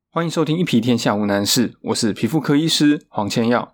欢迎收听一匹天下无难事，我是皮肤科医师黄千耀。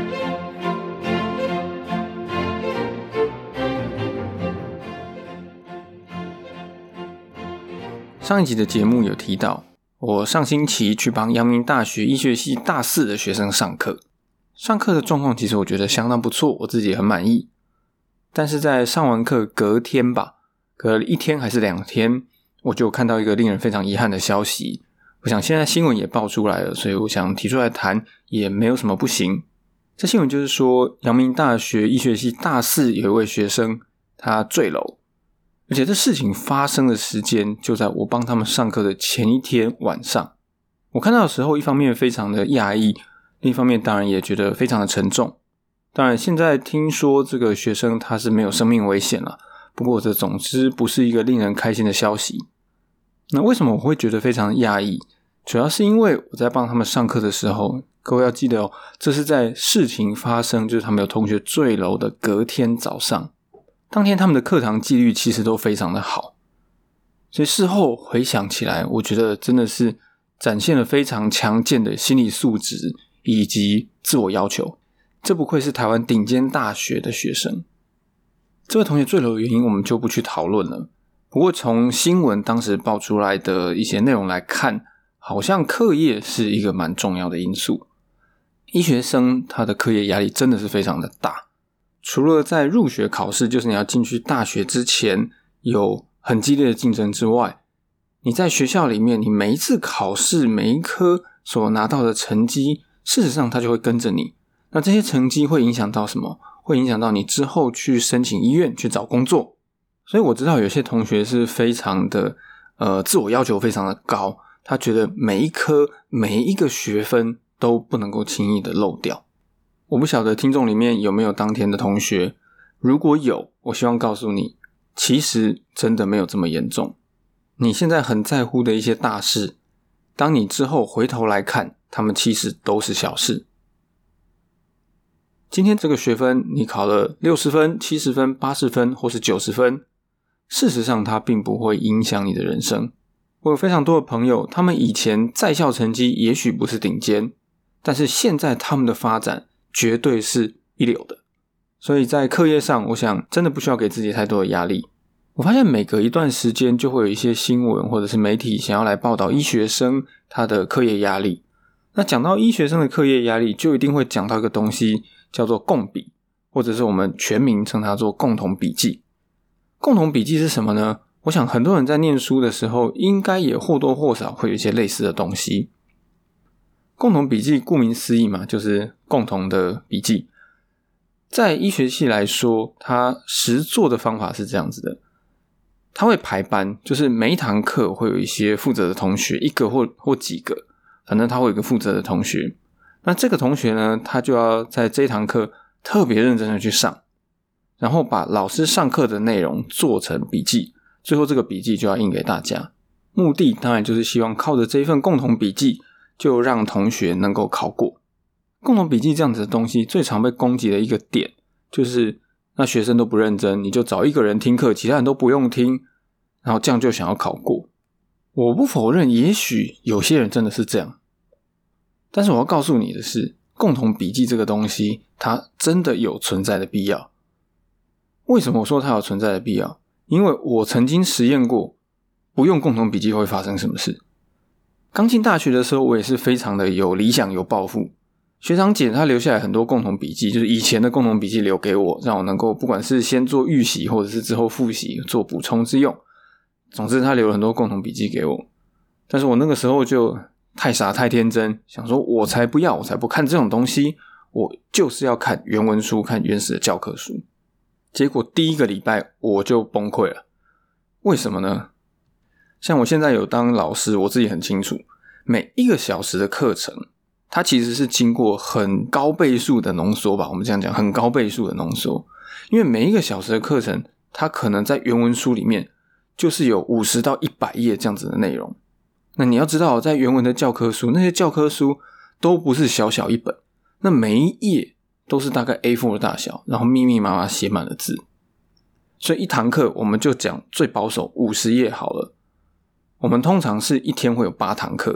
上一集的节目有提到，我上星期去帮阳明大学医学系大四的学生上课，上课的状况其实我觉得相当不错，我自己也很满意。但是在上完课隔天吧，隔了1天还是2天，我就看到一个令人非常遗憾的消息。我想现在新闻也爆出来了，所以我想提出来谈也没有什么不行。这新闻就是说，阳明大学医学系大四有一位学生他坠楼，而且这事情发生的时间就在我帮他们上课的前一天晚上。我看到的时候，一方面非常的讶异，另一方面当然也觉得非常的沉重。当然现在听说这个学生他是没有生命危险了，不过这总之不是一个令人开心的消息。那为什么我会觉得非常讶异？主要是因为我在帮他们上课的时候，各位要记得哦，这是在事情发生，就是他们有同学坠楼的隔天早上。当天他们的课堂纪律其实都非常的好，所以事后回想起来，我觉得真的是展现了非常强健的心理素质以及自我要求。这不愧是台湾顶尖大学的学生。这位同学坠楼的原因我们就不去讨论了，不过从新闻当时爆出来的一些内容来看，好像课业是一个蛮重要的因素。医学生他的课业压力真的是非常的大，除了在入学考试，就是你要进去大学之前有很激烈的竞争之外，你在学校里面你每一次考试每一科所拿到的成绩，事实上它就会跟着你。那这些成绩会影响到什么？会影响到你之后去申请医院去找工作。所以我知道有些同学是非常的自我要求非常的高，他觉得每一科每一个学分都不能够轻易的漏掉。我不晓得听众里面有没有当天的同学，如果有，我希望告诉你，其实真的没有这么严重。你现在很在乎的一些大事，当你之后回头来看，他们其实都是小事。今天这个学分你考了60分、70分、80分或是90分，事实上它并不会影响你的人生。我有非常多的朋友，他们以前在校成绩也许不是顶尖，但是现在他们的发展绝对是一流的。所以在课业上，我想真的不需要给自己太多的压力。我发现每隔一段时间就会有一些新闻或者是媒体想要来报道医学生他的课业压力。那讲到医学生的课业压力，就一定会讲到一个东西叫做共笔，或者是我们全名称它做共同笔记。共同笔记是什么呢？我想很多人在念书的时候应该也或多或少会有一些类似的东西。共同笔记顾名思义嘛，就是共同的笔记。在医学系来说，它实作的方法是这样子的，它会排班，就是每一堂课会有一些负责的同学，一个或几个，反正他会有一个负责的同学。那这个同学呢，他就要在这一堂课特别认真的去上，然后把老师上课的内容做成笔记，最后这个笔记就要印给大家。目的当然就是希望靠着这一份共同笔记就让同学能够考过。共同笔记这样子的东西最常被攻击的一个点就是那学生都不认真，你就找一个人听课，其他人都不用听，然后这样就想要考过。我不否认也许有些人真的是这样，但是我要告诉你的是，共同笔记这个东西它真的有存在的必要。为什么我说它有存在的必要？因为我曾经实验过不用共同笔记会发生什么事。刚进大学的时候，我也是非常的有理想有抱负，学长姐她留下来很多共同笔记，就是以前的共同笔记留给我，让我能够不管是先做预习或者是之后复习做补充之用。总之她留了很多共同笔记给我，但是我那个时候就太傻太天真，想说我才不要，我才不看这种东西，我就是要看原文书，看原始的教科书。结果第一个礼拜我就崩溃了。为什么呢？像我现在有当老师，我自己很清楚，每1个小时的课程它其实是经过很高倍数的浓缩吧，我们这样讲，很高倍数的浓缩。因为每1个小时的课程它可能在原文书里面就是有50到100页这样子的内容。那你要知道，在原文的教科书，那些教科书都不是小小一本，那每一页都是大概 A4 的大小，然后密密麻麻写满了字。所以一堂课我们就讲最保守50页好了。我们通常是一天会有8堂课，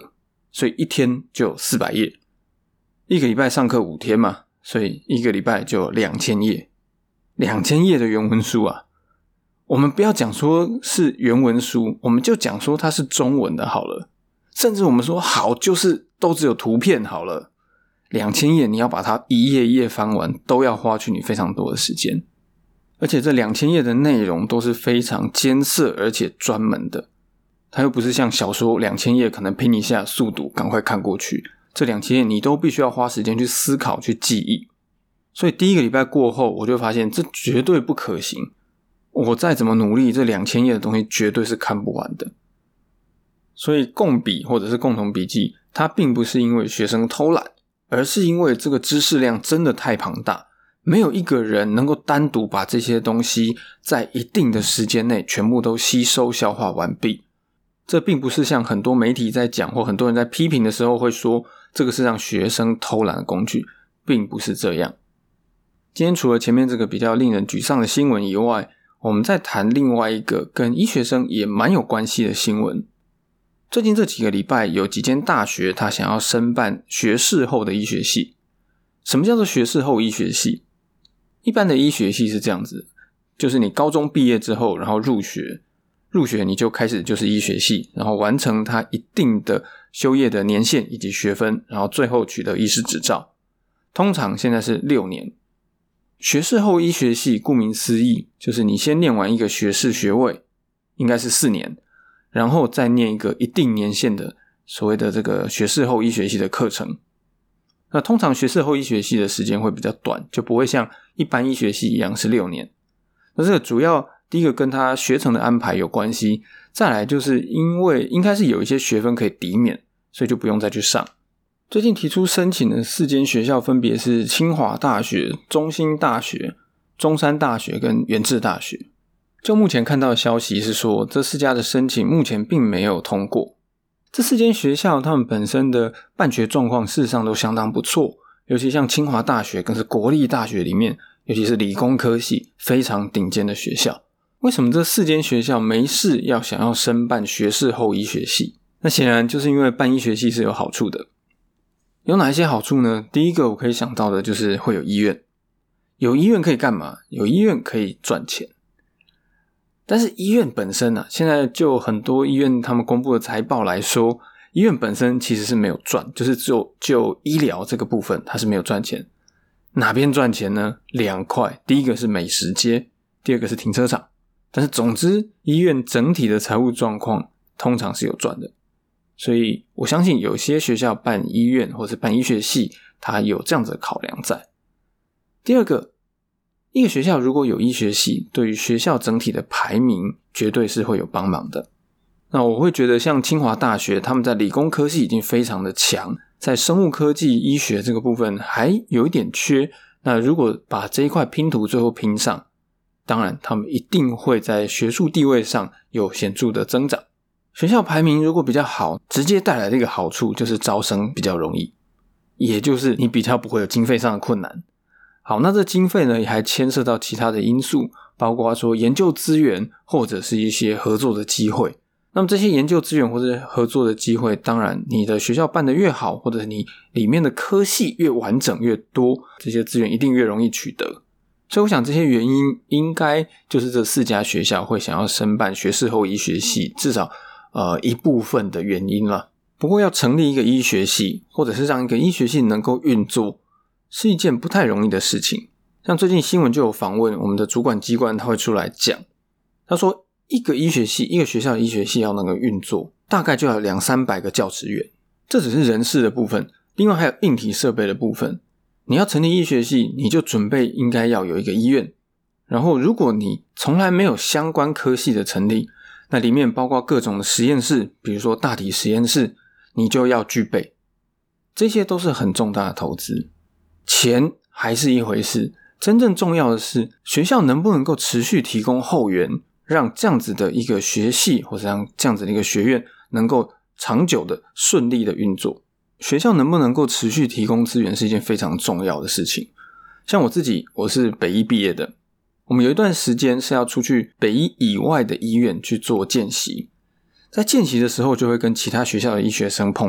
所以一天就有400页。一个礼拜上课5天嘛，所以一个礼拜就有2000页。2000页的原文书啊，我们不要讲说是原文书，我们就讲说它是中文的好了。甚至我们说好就是都只有图片好了，2000页你要把它一页一页翻完，都要花去你非常多的时间。而且这2000页的内容都是非常艰涩而且专门的，它又不是像小说2000页可能拼一下速读赶快看过去，这2000页你都必须要花时间去思考去记忆。所以第一个礼拜过后，我就发现这绝对不可行，我再怎么努力，这2000页的东西绝对是看不完的。所以共笔或者是共同笔记，它并不是因为学生偷懒，而是因为这个知识量真的太庞大，没有一个人能够单独把这些东西在一定的时间内全部都吸收消化完毕。这并不是像很多媒体在讲或很多人在批评的时候会说这个是让学生偷懒的工具，并不是这样。今天除了前面这个比较令人沮丧的新闻以外，我们再谈另外一个跟医学生也蛮有关系的新闻。最近这几个礼拜有几间大学它想要申办学士后的医学系。什么叫做学士后医学系？一般的医学系是这样子，就是你高中毕业之后，然后入学你就开始就是医学系，然后完成它一定的修业的年限以及学分，然后最后取得医师执照。通常现在是6年。学士后医学系顾名思义，就是你先念完一个学士学位，应该是4年，然后再念一个一定年限的所谓的这个学士后医学系的课程。那通常学士后医学系的时间会比较短，就不会像一般医学系一样是6年。那这个主要第一个跟他学程的安排有关系，再来就是因为应该是有一些学分可以抵免，所以就不用再去上。最近提出申请的4间学校分别是清华大学、中兴大学、中山大学跟元智大学。就目前看到的消息是说，这4家的申请目前并没有通过。这4间学校他们本身的办学状况事实上都相当不错，尤其像清华大学更是国立大学里面，尤其是理工科系非常顶尖的学校。为什么这4间学校没事要想要申办学士后医学系？那显然就是因为办医学系是有好处的。有哪一些好处呢？第一个我可以想到的就是会有医院。有医院可以干嘛？有医院可以赚钱。但是医院本身现在就很多医院他们公布的财报来说，医院本身其实是没有赚，就是就医疗这个部分它是没有赚钱。哪边赚钱呢？2块，第一个是美食街，第二个是停车场。但是总之医院整体的财务状况通常是有赚的。所以我相信有些学校办医院或是办医学系，它有这样子的考量在。第二个，一个学校如果有医学系，对于学校整体的排名绝对是会有帮忙的。那我会觉得像清华大学他们在理工科系已经非常的强，在生物科技医学这个部分还有一点缺，那如果把这一块拼图最后拼上，当然他们一定会在学术地位上有显著的增长。学校排名如果比较好，直接带来的一个好处就是招生比较容易，也就是你比较不会有经费上的困难。好，那这经费呢也还牵涉到其他的因素，包括说研究资源或者是一些合作的机会。那么这些研究资源或者合作的机会，当然你的学校办得越好，或者你里面的科系越完整越多，这些资源一定越容易取得。所以我想这些原因应该就是这4家学校会想要申办学士后医学系至少一部分的原因啦。不过要成立一个医学系，或者是让一个医学系能够运作，是一件不太容易的事情。像最近新闻就有访问我们的主管机关，他会出来讲，他说一个医学系，一个学校的医学系要能够运作，大概就要200-300个教职员，这只是人事的部分，另外还有硬体设备的部分。你要成立医学系，你就准备应该要有一个医院，然后如果你从来没有相关科系的成立，那里面包括各种的实验室，比如说大体实验室，你就要具备。这些都是很重大的投资。钱还是一回事，真正重要的是学校能不能够持续提供后援，让这样子的一个学系或者让这样子的一个学院能够长久的顺利的运作。学校能不能够持续提供资源是一件非常重要的事情。像我自己，我是北医毕业的，我们有一段时间是要出去北医以外的医院去做见习，在见习的时候就会跟其他学校的医学生碰面，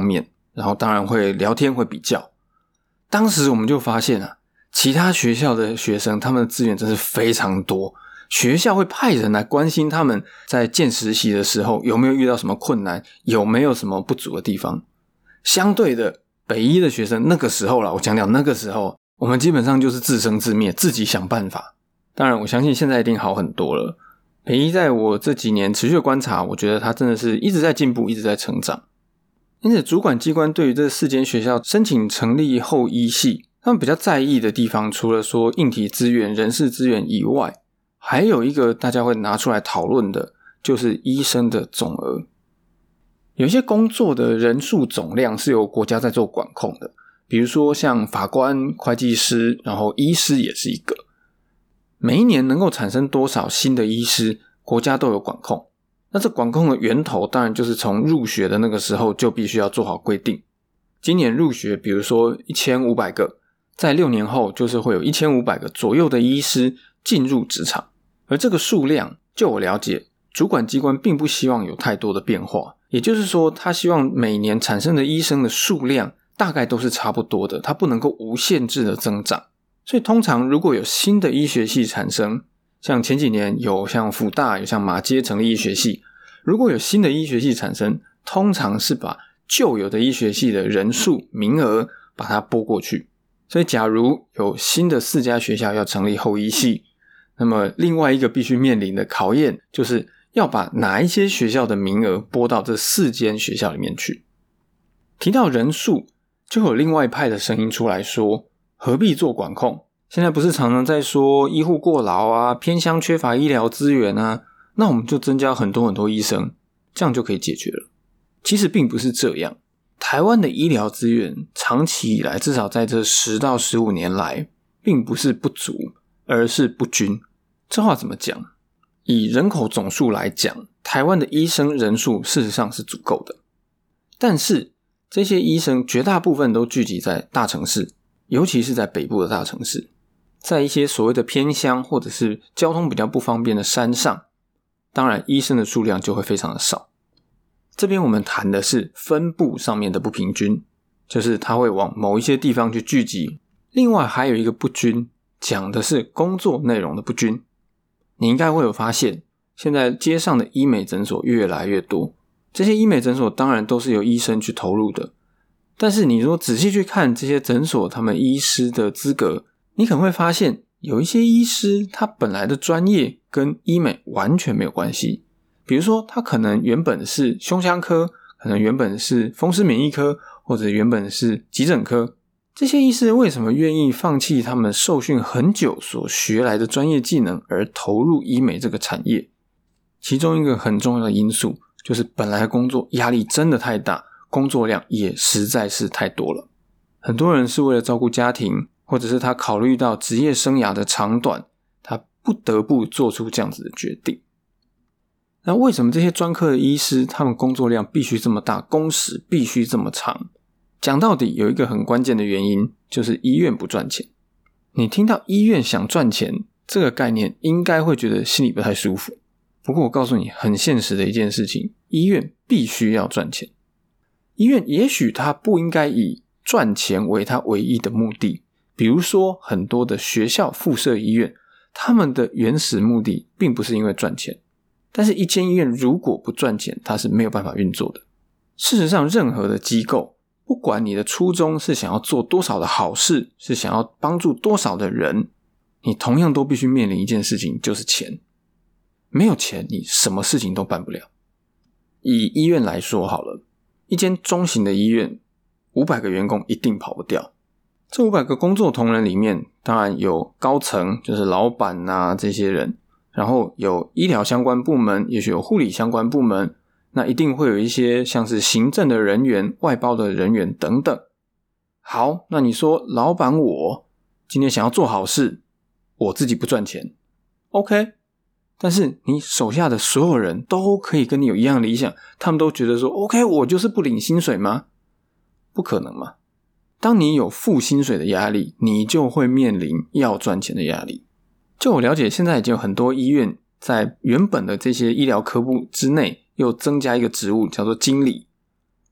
然后当然会聊天会比较。当时我们就发现其他学校的学生他们的资源真是非常多，学校会派人来关心他们在见实习的时候有没有遇到什么困难，有没有什么不足的地方。相对的，北医的学生那个时候啦，我讲那个时候，我们基本上就是自生自灭，自己想办法。当然我相信现在一定好很多了。北医在我这几年持续的观察，我觉得它真的是一直在进步，一直在成长。因此主管机关对于这4间学校申请成立后医系，他们比较在意的地方，除了说硬体资源、人事资源以外，还有一个大家会拿出来讨论的，就是医生的总额。有一些工作的人数总量是由国家在做管控的，比如说像法官、会计师，然后医师也是一个。每一年能够产生多少新的医师，国家都有管控。那这管控的源头当然就是从入学的那个时候就必须要做好规定。今年入学比如说1500个，在6年后就是会有1500个左右的医师进入职场。而这个数量，就我了解，主管机关并不希望有太多的变化，也就是说他希望每年产生的医生的数量大概都是差不多的，它不能够无限制的增长。所以通常如果有新的医学系产生，像前几年有像辅大有像马偕成立医学系，如果有新的医学系产生，通常是把旧有的医学系的人数名额把它拨过去。所以假如有新的4家学校要成立后医系，那么另外一个必须面临的考验就是要把哪一些学校的名额拨到这4间学校里面去。提到人数，就有另外一派的声音出来说，何必做管控？现在不是常常在说医护过劳偏乡缺乏医疗资源那我们就增加很多医生，这样就可以解决了。其实并不是这样，台湾的医疗资源长期以来，至少在这10到15年来，并不是不足，而是不均。这话怎么讲？以人口总数来讲，台湾的医生人数事实上是足够的，但是这些医生绝大部分都聚集在大城市，尤其是在北部的大城市。在一些所谓的偏乡或者是交通比较不方便的山上，当然医生的数量就会非常的少。这边我们谈的是分布上面的不平均，就是它会往某一些地方去聚集。另外还有一个不均，讲的是工作内容的不均。你应该会有发现，现在街上的医美诊所越来越多，这些医美诊所当然都是由医生去投入的，但是你说仔细去看这些诊所他们医师的资格，你可能会发现有一些医师他本来的专业跟医美完全没有关系。比如说他可能原本是胸腔科，可能原本是风湿免疫科，或者原本是急诊科。这些医师为什么愿意放弃他们受训很久所学来的专业技能而投入医美这个产业？其中一个很重要的因素就是本来的工作压力真的太大，工作量也实在是太多了。很多人是为了照顾家庭，或者是他考虑到职业生涯的长短，他不得不做出这样子的决定。那为什么这些专科的医师他们工作量必须这么大，工时必须这么长？讲到底有一个很关键的原因，就是医院不赚钱。你听到医院想赚钱这个概念，应该会觉得心里不太舒服。不过我告诉你很现实的一件事情，医院必须要赚钱。医院也许它不应该以赚钱为它唯一的目的，比如说很多的学校附设医院，他们的原始目的并不是因为赚钱。但是一间医院如果不赚钱，它是没有办法运作的。事实上任何的机构，不管你的初衷是想要做多少的好事，是想要帮助多少的人，你同样都必须面临一件事情，就是钱。没有钱你什么事情都办不了。以医院来说好了，一间中型的医院500个员工一定跑不掉。这500个工作同仁里面，当然有高层，就是老板这些人，然后有医疗相关部门，也许有护理相关部门，那一定会有一些像是行政的人员、外包的人员等等。好，那你说老板我今天想要做好事，我自己不赚钱 OK， 但是你手下的所有人都可以跟你有一样的理想，他们都觉得说 OK 我就是不领薪水吗？不可能嘛。当你有付薪水的压力，你就会面临要赚钱的压力。就我了解，现在已经有很多医院在原本的这些医疗科部之内又增加一个职务叫做经理。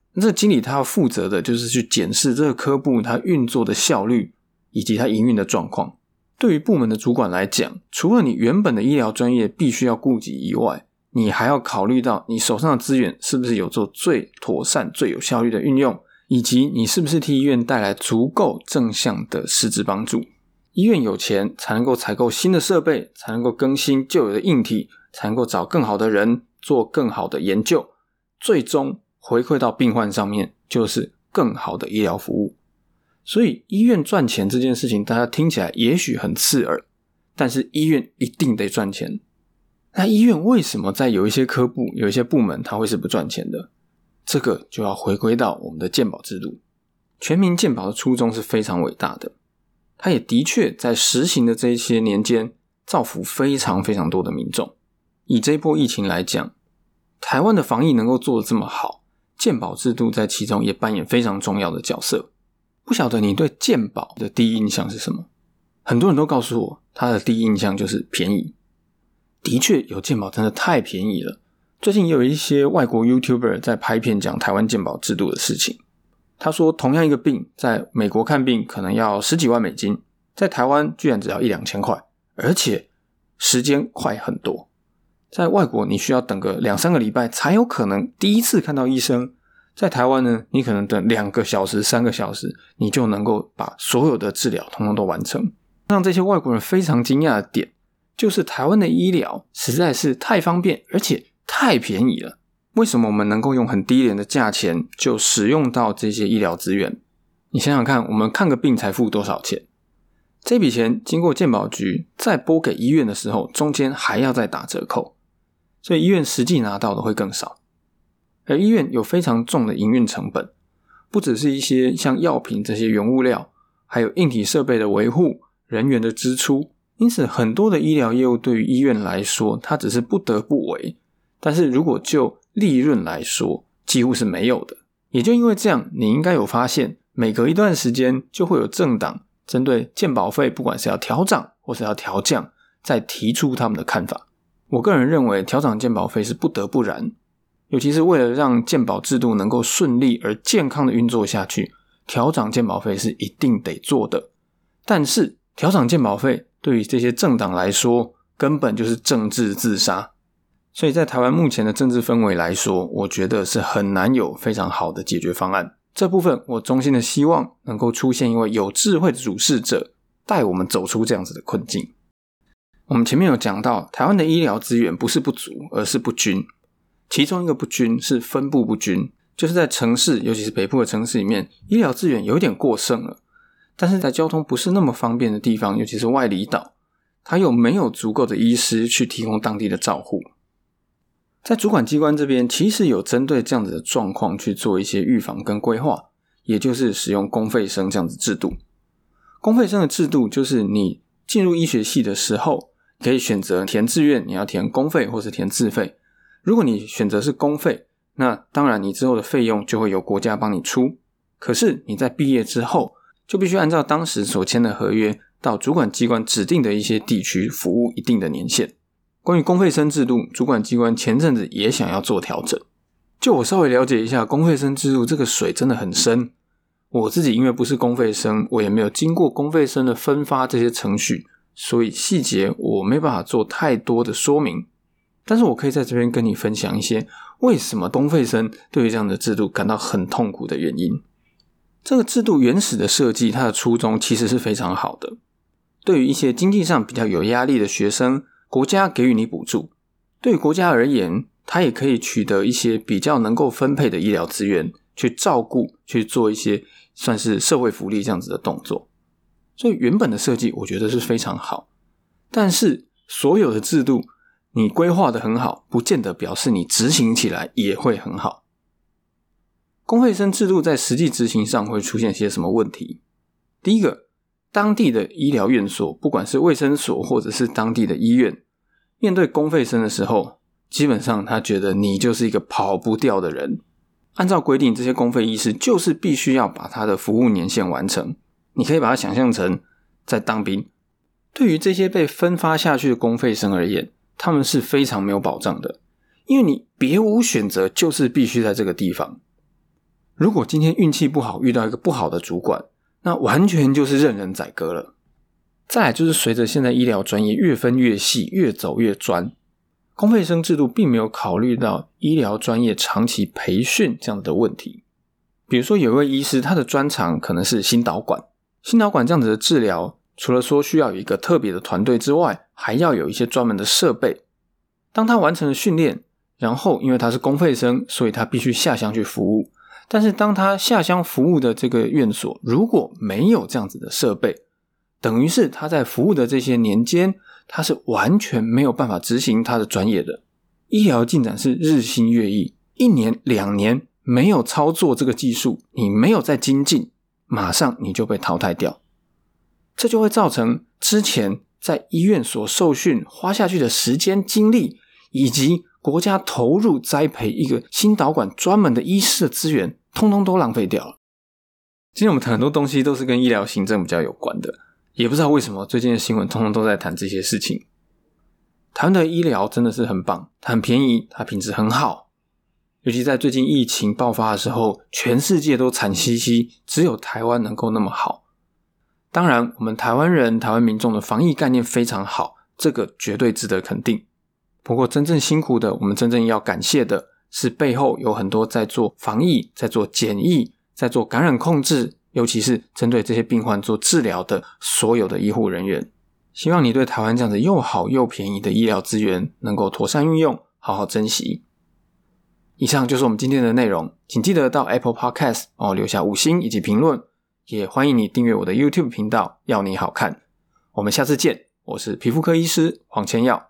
那这个经理他要负责的就是去检视这个科部它运作的效率以及它营运的状况。对于部门的主管来讲，除了你原本的医疗专业必须要顾及以外，你还要考虑到你手上的资源是不是有做最妥善最有效率的运用，以及你是不是替医院带来足够正向的实质帮助。医院有钱才能够采购新的设备，才能够更新旧有的硬体，才能够找更好的人做更好的研究，最终回馈到病患上面就是更好的医疗服务。所以医院赚钱这件事情大家听起来也许很刺耳，但是医院一定得赚钱。那医院为什么在有一些科部有一些部门它会是不赚钱的？这个就要回归到我们的健保制度。全民健保的初衷是非常伟大的，它也的确在实行的这些年间造福非常非常多的民众。以这一波疫情来讲，台湾的防疫能够做得这么好，健保制度在其中也扮演非常重要的角色。不晓得你对健保的第一印象是什么？很多人都告诉我他的第一印象就是便宜。的确有健保真的太便宜了。最近也有一些外国 YouTuber 在拍片讲台湾健保制度的事情。他说同样一个病在美国看病可能要10几万美金，在台湾居然只要1-2千块，而且时间快很多。在外国你需要等个2-3个礼拜才有可能第一次看到医生，在台湾呢，你可能等2个小时3个小时你就能够把所有的治疗统统都完成。让这些外国人非常惊讶的点就是台湾的医疗实在是太方便而且太便宜了。为什么我们能够用很低廉的价钱就使用到这些医疗资源？你想想看，我们看个病才付多少钱？这笔钱经过健保局再拨给医院的时候，中间还要再打折扣，所以医院实际拿到的会更少。而医院有非常重的营运成本，不只是一些像药品这些原物料，还有硬体设备的维护、人员的支出。因此很多的医疗业务对于医院来说它只是不得不为，但是如果就利润来说几乎是没有的。也就因为这样，你应该有发现每隔一段时间就会有政党针对健保费不管是要调涨或是要调降再提出他们的看法。我个人认为调涨健保费是不得不然，尤其是为了让健保制度能够顺利而健康的运作下去，调涨健保费是一定得做的。但是调涨健保费对于这些政党来说根本就是政治自杀，所以在台湾目前的政治氛围来说，我觉得是很难有非常好的解决方案。这部分我衷心的希望能够出现一位有智慧的主事者，带我们走出这样子的困境。我们前面有讲到台湾的医疗资源不是不足，而是不均。其中一个不均是分布不均，就是在城市尤其是北部的城市里面，医疗资源有一点过剩了，但是在交通不是那么方便的地方，尤其是外离岛，它又没有足够的医师去提供当地的照护。在主管机关这边其实有针对这样子的状况去做一些预防跟规划，也就是使用公费生这样子制度。公费生的制度就是你进入医学系的时候可以选择填志愿，你要填公费或是填自费。如果你选择是公费，那当然你之后的费用就会由国家帮你出，可是你在毕业之后就必须按照当时所签的合约到主管机关指定的一些地区服务一定的年限。关于公费生制度，主管机关前阵子也想要做调整。就我稍微了解一下，公费生制度这个水真的很深，我自己因为不是公费生，我也没有经过公费生的分发这些程序，所以细节我没办法做太多的说明。但是我可以在这边跟你分享一些为什么公费生对于这样的制度感到很痛苦的原因。这个制度原始的设计，它的初衷其实是非常好的。对于一些经济上比较有压力的学生，国家给予你补助，对于国家而言，它也可以取得一些比较能够分配的医疗资源，去照顾，去做一些算是社会福利这样子的动作。所以原本的设计我觉得是非常好，但是所有的制度你规划得很好，不见得表示你执行起来也会很好。公费生制度在实际执行上会出现些什么问题？第一个，当地的医疗院所，不管是卫生所或者是当地的医院，面对公费生的时候，基本上他觉得你就是一个跑不掉的人。按照规定，这些公费医师就是必须要把他的服务年限完成。你可以把它想象成在当兵。对于这些被分发下去的公费生而言，他们是非常没有保障的，因为你别无选择，就是必须在这个地方。 如果今天运气不好遇到一个不好的主管，那完全就是任人宰割了。再来就是随着现在医疗专业越分越细，越走越专，公费生制度并没有考虑到医疗专业长期培训这样的问题。比如说有一位医师，他的专长可能是心导管这样子的治疗，除了说需要有一个特别的团队之外，还要有一些专门的设备。当他完成了训练，然后因为他是公费生，所以他必须下乡去服务。但是当他下乡服务的这个院所如果没有这样子的设备，等于是他在服务的这些年间，他是完全没有办法执行他的专业的。医疗进展是日新月异，1年2年没有操作这个技术，你没有再精进，马上你就被淘汰掉。这就会造成之前在医院所受训花下去的时间精力，以及国家投入栽培一个心导管专门的医师的资源，通通都浪费掉了。今天我们谈很多东西都是跟医疗行政比较有关的，也不知道为什么最近的新闻通通都在谈这些事情。台湾的医疗真的是很棒，它很便宜，它品质很好，尤其在最近疫情爆发的时候，全世界都惨兮兮，只有台湾能够那么好。当然我们台湾人台湾民众的防疫概念非常好，这个绝对值得肯定。不过真正辛苦的，我们真正要感谢的是背后有很多在做防疫，在做检疫，在做感染控制，尤其是针对这些病患做治疗的所有的医护人员。希望你对台湾这样子又好又便宜的医疗资源能够妥善运用，好好珍惜。以上就是我们今天的内容，请记得到 Apple Podcast 留下5星以及评论，也欢迎你订阅我的 YouTube 频道，要你好看。我们下次见，我是皮肤科医师黄千耀。